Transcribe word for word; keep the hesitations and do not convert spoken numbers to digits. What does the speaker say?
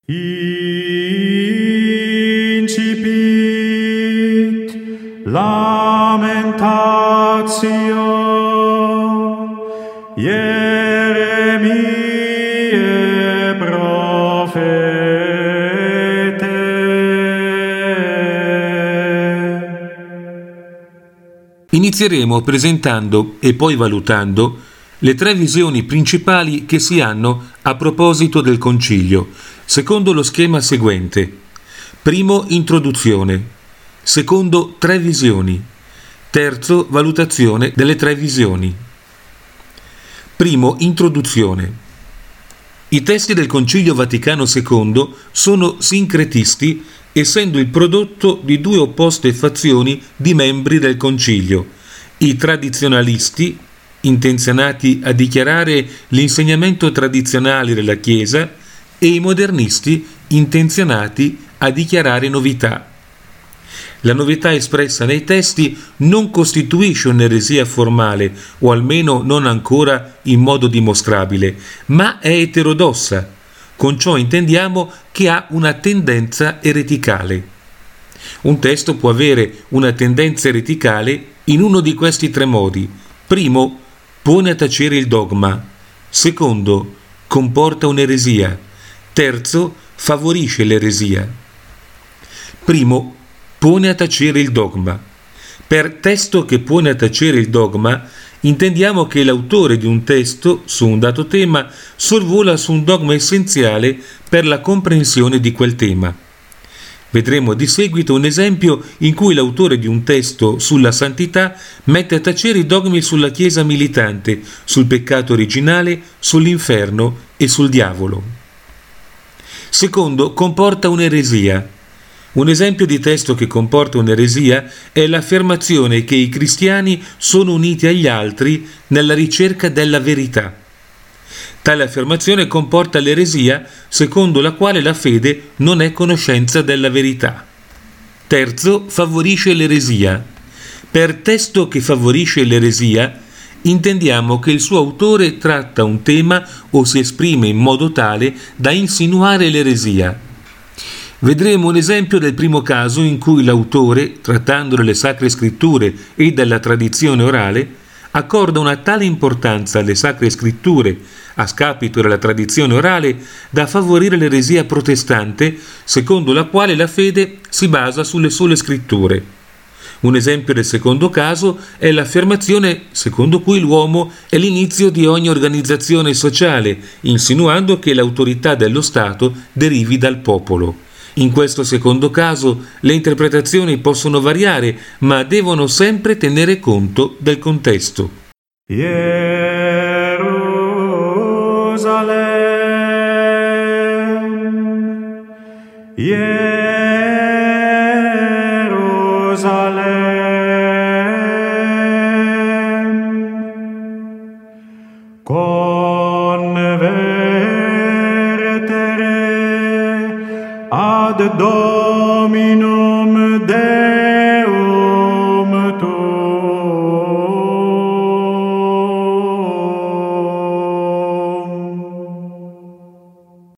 Incipit lamentatio Ieremie profete. Inizieremo presentando e poi valutando le tre visioni principali che si hanno a proposito del concilio, secondo lo schema seguente. Primo, introduzione. Secondo, tre visioni. Terzo, valutazione delle tre visioni. Primo, introduzione. I testi del Concilio Vaticano secondo sono sincretisti, essendo il prodotto di due opposte fazioni di membri del Concilio, i tradizionalisti, intenzionati a dichiarare l'insegnamento tradizionale della Chiesa, e i modernisti, intenzionati a dichiarare novità. La novità espressa nei testi non costituisce un'eresia formale, o almeno non ancora in modo dimostrabile, ma è eterodossa. Con ciò intendiamo che ha una tendenza ereticale. Un testo può avere una tendenza ereticale in uno di questi tre modi. Primo, pone a tacere il dogma. Secondo, comporta un'eresia. Terzo, favorisce l'eresia. Primo, pone a tacere il dogma. Per testo che pone a tacere il dogma intendiamo che l'autore di un testo su un dato tema sorvola su un dogma essenziale per la comprensione di quel tema. Vedremo di seguito un esempio in cui l'autore di un testo sulla santità mette a tacere i dogmi sulla Chiesa militante, sul peccato originale, sull'inferno e sul diavolo. Secondo, comporta un'eresia. Un esempio di testo che comporta un'eresia è l'affermazione che i cristiani sono uniti agli altri nella ricerca della verità. Tale affermazione comporta l'eresia secondo la quale la fede non è conoscenza della verità. Terzo, favorisce l'eresia. Per testo che favorisce l'eresia intendiamo che il suo autore tratta un tema o si esprime in modo tale da insinuare l'eresia. Vedremo un esempio del primo caso in cui l'autore, trattando delle Sacre Scritture e della tradizione orale, accorda una tale importanza alle Sacre Scritture a scapito della tradizione orale da favorire l'eresia protestante, secondo la quale la fede si basa sulle sole Scritture. Un esempio del secondo caso è l'affermazione secondo cui l'uomo è l'inizio di ogni organizzazione sociale, insinuando che l'autorità dello Stato derivi dal popolo. In questo secondo caso le interpretazioni possono variare, ma devono sempre tenere conto del contesto. Jerusalem, Jerusalem.